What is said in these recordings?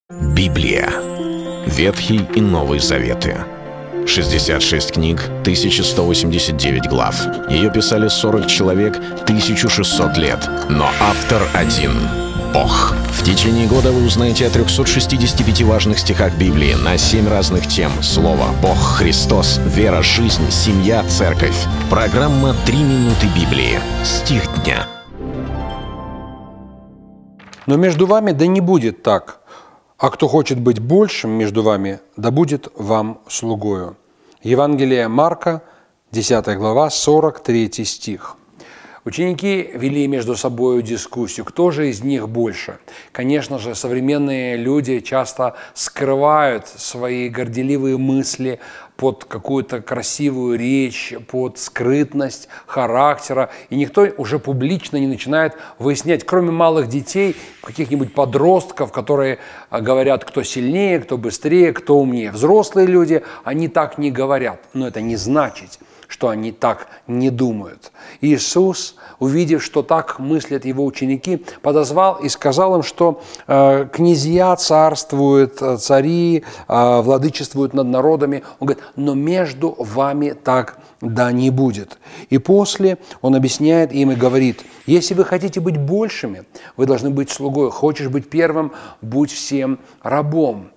Библия. Ветхий и Новый Заветы. 66 книг, 1189 глав. Ее писали 40 человек, 1600 лет. Но автор один — Бог. В течение года вы узнаете о 365 важных стихах Библии на 7 разных тем. Слово, Бог, Христос, вера, жизнь, семья, церковь. Программа «3 минуты Библии». Стих дня. Но между вами да не будет так, а кто хочет быть большим между вами, да будет вам слугою. Евангелие Марка, 10 глава, 43 стих. Ученики вели между собой дискуссию, кто же из них больше. Конечно же, современные люди часто скрывают свои горделивые мысли под какую-то красивую речь, под скрытность характера. И никто уже публично не начинает выяснять, кроме малых детей, каких-нибудь подростков, которые говорят, кто сильнее, кто быстрее, кто умнее. Взрослые люди, они так не говорят. Но это не значит, что они так не думают. Иисус, увидев, что так мыслят его ученики, подозвал и сказал им, что князья царствуют, цари владычествуют над народами. Он говорит, но между вами так да не будет. И после он объясняет им и говорит, если вы хотите быть большими, вы должны быть слугой. Хочешь быть первым, будь всем рабом.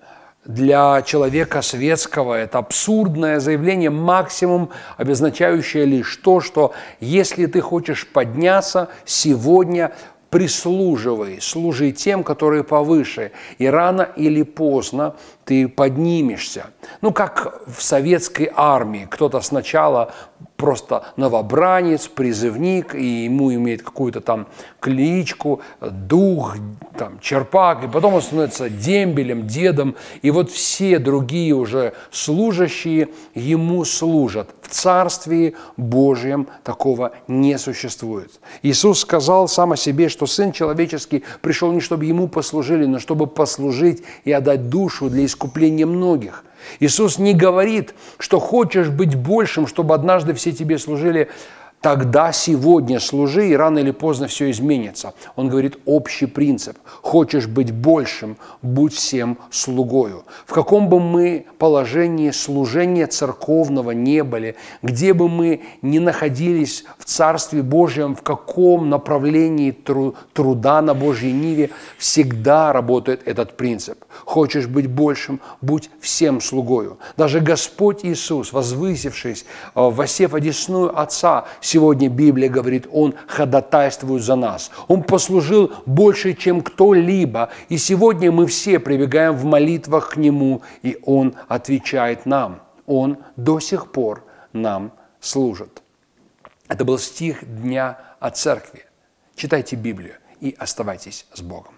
Для человека светского это абсурдное заявление, максимум обозначающее лишь то, что если ты хочешь подняться сегодня, прислуживай, служи тем, которые повыше, и рано или поздно ты поднимешься. Ну, как в советской армии. Кто-то сначала просто новобранец, призывник, и ему имеет какую-то там кличку, дух, там, черпак, и потом он становится дембелем, дедом, и вот все другие уже служащие ему служат. В Царстве Божьем такого не существует. Иисус сказал сам о себе, что Сын Человеческий пришел не чтобы Ему послужили, но чтобы послужить и отдать душу для искупления многих. Иисус не говорит, что хочешь быть большим, чтобы однажды все тебе служили, тогда сегодня служи, и рано или поздно все изменится. Он говорит общий принцип. Хочешь быть большим, будь всем слугою. В каком бы мы положении служения церковного не были, где бы мы ни находились в Царстве Божьем, в каком направлении труда на Божьей ниве, всегда работает этот принцип. Хочешь быть большим, будь всем слугою. Даже Господь Иисус, возвысившись, воссев одесную Отца, сегодня Библия говорит, Он ходатайствует за нас. Он послужил больше, чем кто-либо. И сегодня мы все прибегаем в молитвах к Нему, и Он отвечает нам. Он до сих пор нам служит. Это был стих дня о церкви. Читайте Библию и оставайтесь с Богом.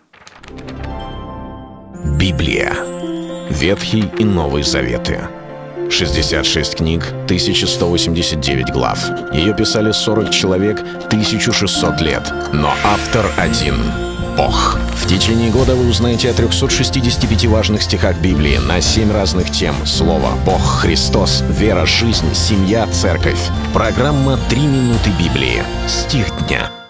Библия. Ветхий и Новый Заветы. 66 книг, 1189 глав. Ее писали 40 человек, 1600 лет. Но автор один — Бог. В течение года вы узнаете о 365 важных стихах Библии на 7 разных тем. Слово, Бог, Христос, вера, жизнь, семья, церковь. Программа «3 минуты Библии». Стих дня.